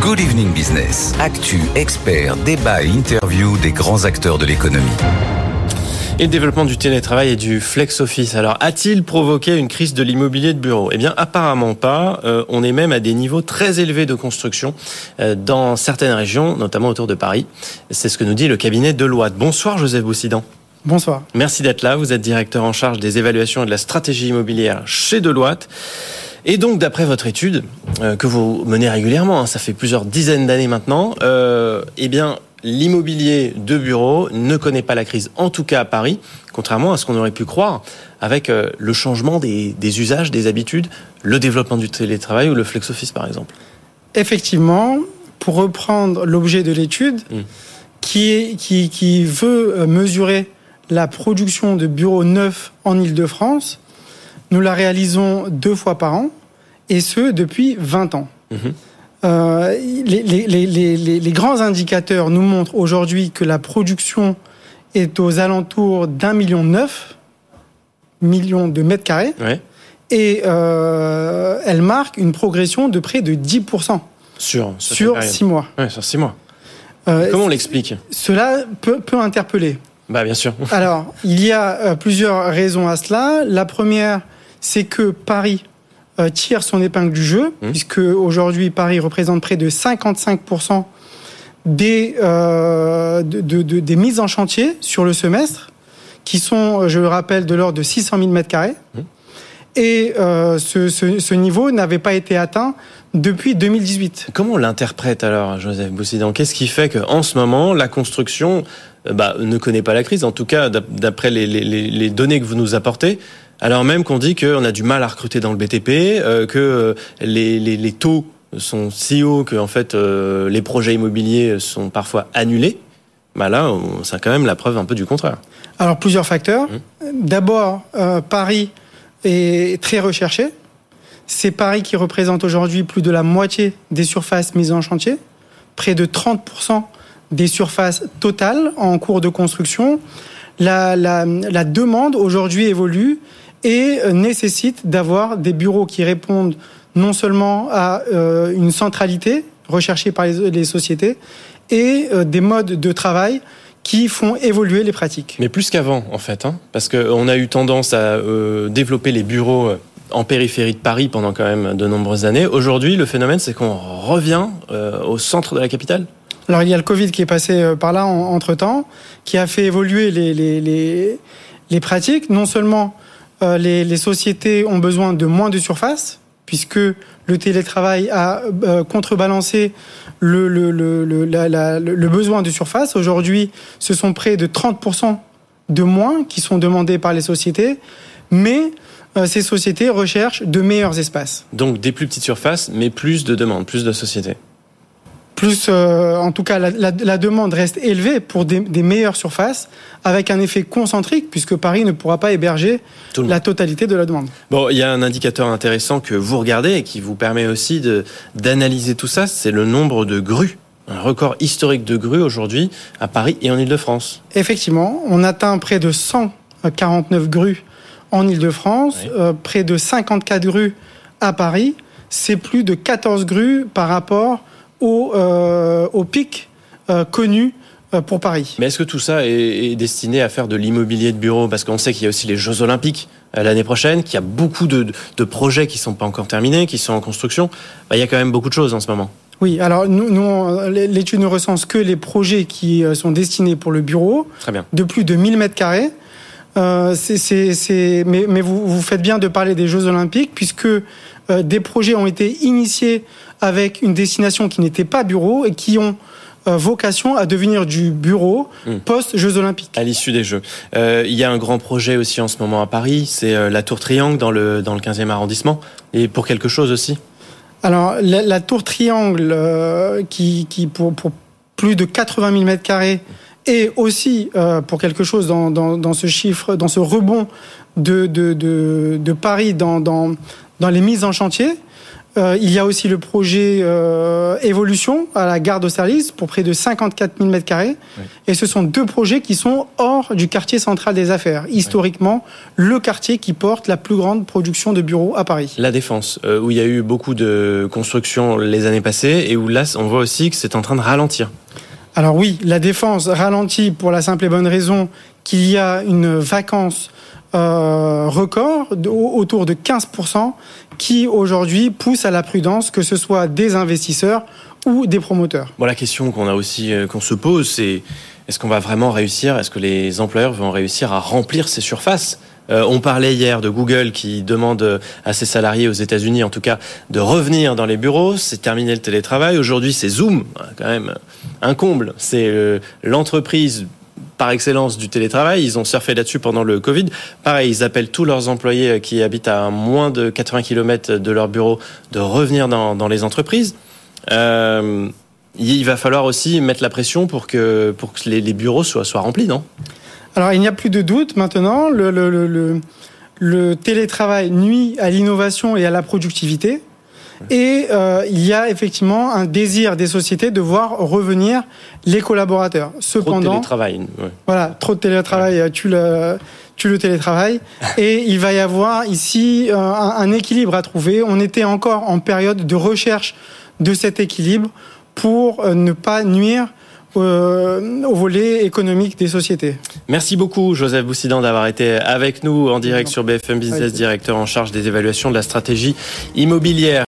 Good Evening Business. Actu, experts, débat et interview des grands acteurs de l'économie. Et le développement du télétravail et du flex-office. Alors, a-t-il provoqué une crise de l'immobilier de bureau ? Eh bien, apparemment pas. On est même à des niveaux très élevés de construction dans certaines régions, notamment autour de Paris. C'est ce que nous dit le cabinet Deloitte. Bonsoir, Joseph Boussidan. Bonsoir. Merci d'être là. Vous êtes directeur en charge des évaluations et de la stratégie immobilière chez Deloitte. Et donc, d'après votre étude, que vous menez régulièrement, ça fait plusieurs dizaines d'années maintenant, eh bien, l'immobilier de bureau ne connaît pas la crise, en tout cas à Paris, contrairement à ce qu'on aurait pu croire, avec le changement des usages, des habitudes, le développement du télétravail ou le flex-office, par exemple. Effectivement, pour reprendre l'objet de l'étude, qui veut mesurer la production de bureaux neufs en Île-de-France, nous la réalisons 2 fois par an, et ce, depuis 20 ans. Les grands indicateurs nous montrent aujourd'hui que la production est aux alentours d'1,9 million de mètres carrés, et elle marque une progression de près de 10% sur 6 mois. Ouais, sur 6 mois. Comment on l'explique ? Cela peut interpeller. Bah, bien sûr. Alors, il y a plusieurs raisons à cela. La première, c'est que Paris tire son épingle du jeu, puisque aujourd'hui, Paris représente près de 55% des mises en chantier sur le semestre, qui sont, je le rappelle, de l'ordre de 600 000 m². Et ce niveau n'avait pas été atteint depuis 2018. Comment on l'interprète alors, Joseph Boussidan ? Qu'est-ce qui fait qu'en ce moment, la construction ne connaît pas la crise, en tout cas d'après les données que vous nous apportez, alors même qu'on dit qu'on a du mal à recruter dans le BTP, que les taux sont si hauts que en fait, les projets immobiliers sont parfois annulés. Là, c'est quand même la preuve un peu du contraire. Alors, plusieurs facteurs. D'abord, Paris est très recherché. C'est Paris qui représente aujourd'hui plus de la moitié des surfaces mises en chantier, près de 30% des surfaces totales en cours de construction. La demande aujourd'hui évolue et nécessite d'avoir des bureaux qui répondent non seulement à une centralité recherchée par les sociétés et des modes de travail qui font évoluer les pratiques. Mais plus qu'avant, en fait, parce qu'on a eu tendance à développer les bureaux en périphérie de Paris pendant quand même de nombreuses années. Aujourd'hui, le phénomène, c'est qu'on revient au centre de la capitale. Alors, il y a le Covid qui est passé par là entre-temps, qui a fait évoluer les pratiques. Non seulement les sociétés ont besoin de moins de surface, puisque le télétravail a contrebalancé le besoin de surface. Aujourd'hui, ce sont près de 30% de moins qui sont demandés par les sociétés, mais ces sociétés recherchent de meilleurs espaces. Donc des plus petites surfaces, mais plus de demandes, plus de sociétés. En tout cas, la demande reste élevée pour des meilleures surfaces, avec un effet concentrique, puisque Paris ne pourra pas héberger la totalité de la demande. Bon, il y a un indicateur intéressant que vous regardez et qui vous permet aussi d'analyser tout ça, c'est le nombre de grues. Un record historique de grues aujourd'hui à Paris et en Île-de-France. Effectivement, on atteint près de 149 grues en Île-de-France, près de 54 grues à Paris. C'est plus de 14 grues par rapport au pic connu pour Paris. Mais est-ce que tout ça est destiné à faire de l'immobilier de bureau ? Parce qu'on sait qu'il y a aussi les Jeux Olympiques l'année prochaine, qu'il y a beaucoup de projets qui ne sont pas encore terminés, qui sont en construction. Il y a quand même beaucoup de choses en ce moment. Oui, alors nous l'étude ne recense que les projets qui sont destinés pour le bureau. Très bien. De plus de 1000 m². Mais vous faites bien de parler des Jeux Olympiques, puisque des projets ont été initiés avec une destination qui n'était pas bureau et qui ont vocation à devenir du bureau post-Jeux Olympiques. À l'issue des Jeux. Il y a un grand projet aussi en ce moment à Paris, c'est la Tour Triangle dans le 15e arrondissement. Et pour quelque chose aussi ? Alors, la Tour Triangle, qui pour plus de 80 000 m², et aussi pour quelque chose dans ce chiffre, dans ce rebond de Paris dans les mises en chantier, Il y a aussi le projet Évolution à la gare d'Austerlitz pour près de 54 000 m². Oui. Et ce sont 2 projets qui sont hors du quartier central des affaires. Historiquement, le quartier qui porte la plus grande production de bureaux à Paris. La Défense, où il y a eu beaucoup de constructions les années passées et où là, on voit aussi que c'est en train de ralentir. Alors oui, la Défense ralentit pour la simple et bonne raison qu'il y a une vacance record autour de 15% qui aujourd'hui pousse à la prudence, que ce soit des investisseurs ou des promoteurs. Bon, la question qu'on se pose, c'est est-ce qu'on va vraiment réussir, est-ce que les employeurs vont réussir à remplir ces surfaces ? On parlait hier de Google qui demande à ses salariés aux États-Unis, en tout cas, de revenir dans les bureaux. C'est terminé le télétravail. Aujourd'hui, c'est Zoom, quand même un comble. C'est l'entreprise par excellence du télétravail. Ils ont surfé là-dessus pendant le Covid. Pareil, ils appellent tous leurs employés qui habitent à moins de 80 km de leur bureau de revenir dans les entreprises. Il va falloir aussi mettre la pression pour que les bureaux soient remplis, non ? Alors, il n'y a plus de doute maintenant. Le télétravail nuit à l'innovation et à la productivité. Et il y a effectivement un désir des sociétés de voir revenir les collaborateurs. Cependant, trop de télétravail. Ouais. Voilà, trop de télétravail tue le télétravail. Et il va y avoir ici un équilibre à trouver. On était encore en période de recherche de cet équilibre pour ne pas nuire au volet économique des sociétés. Merci beaucoup Joseph Boussidan d'avoir été avec nous en direct sur BFM Business, directeur en charge des évaluations de la stratégie immobilière.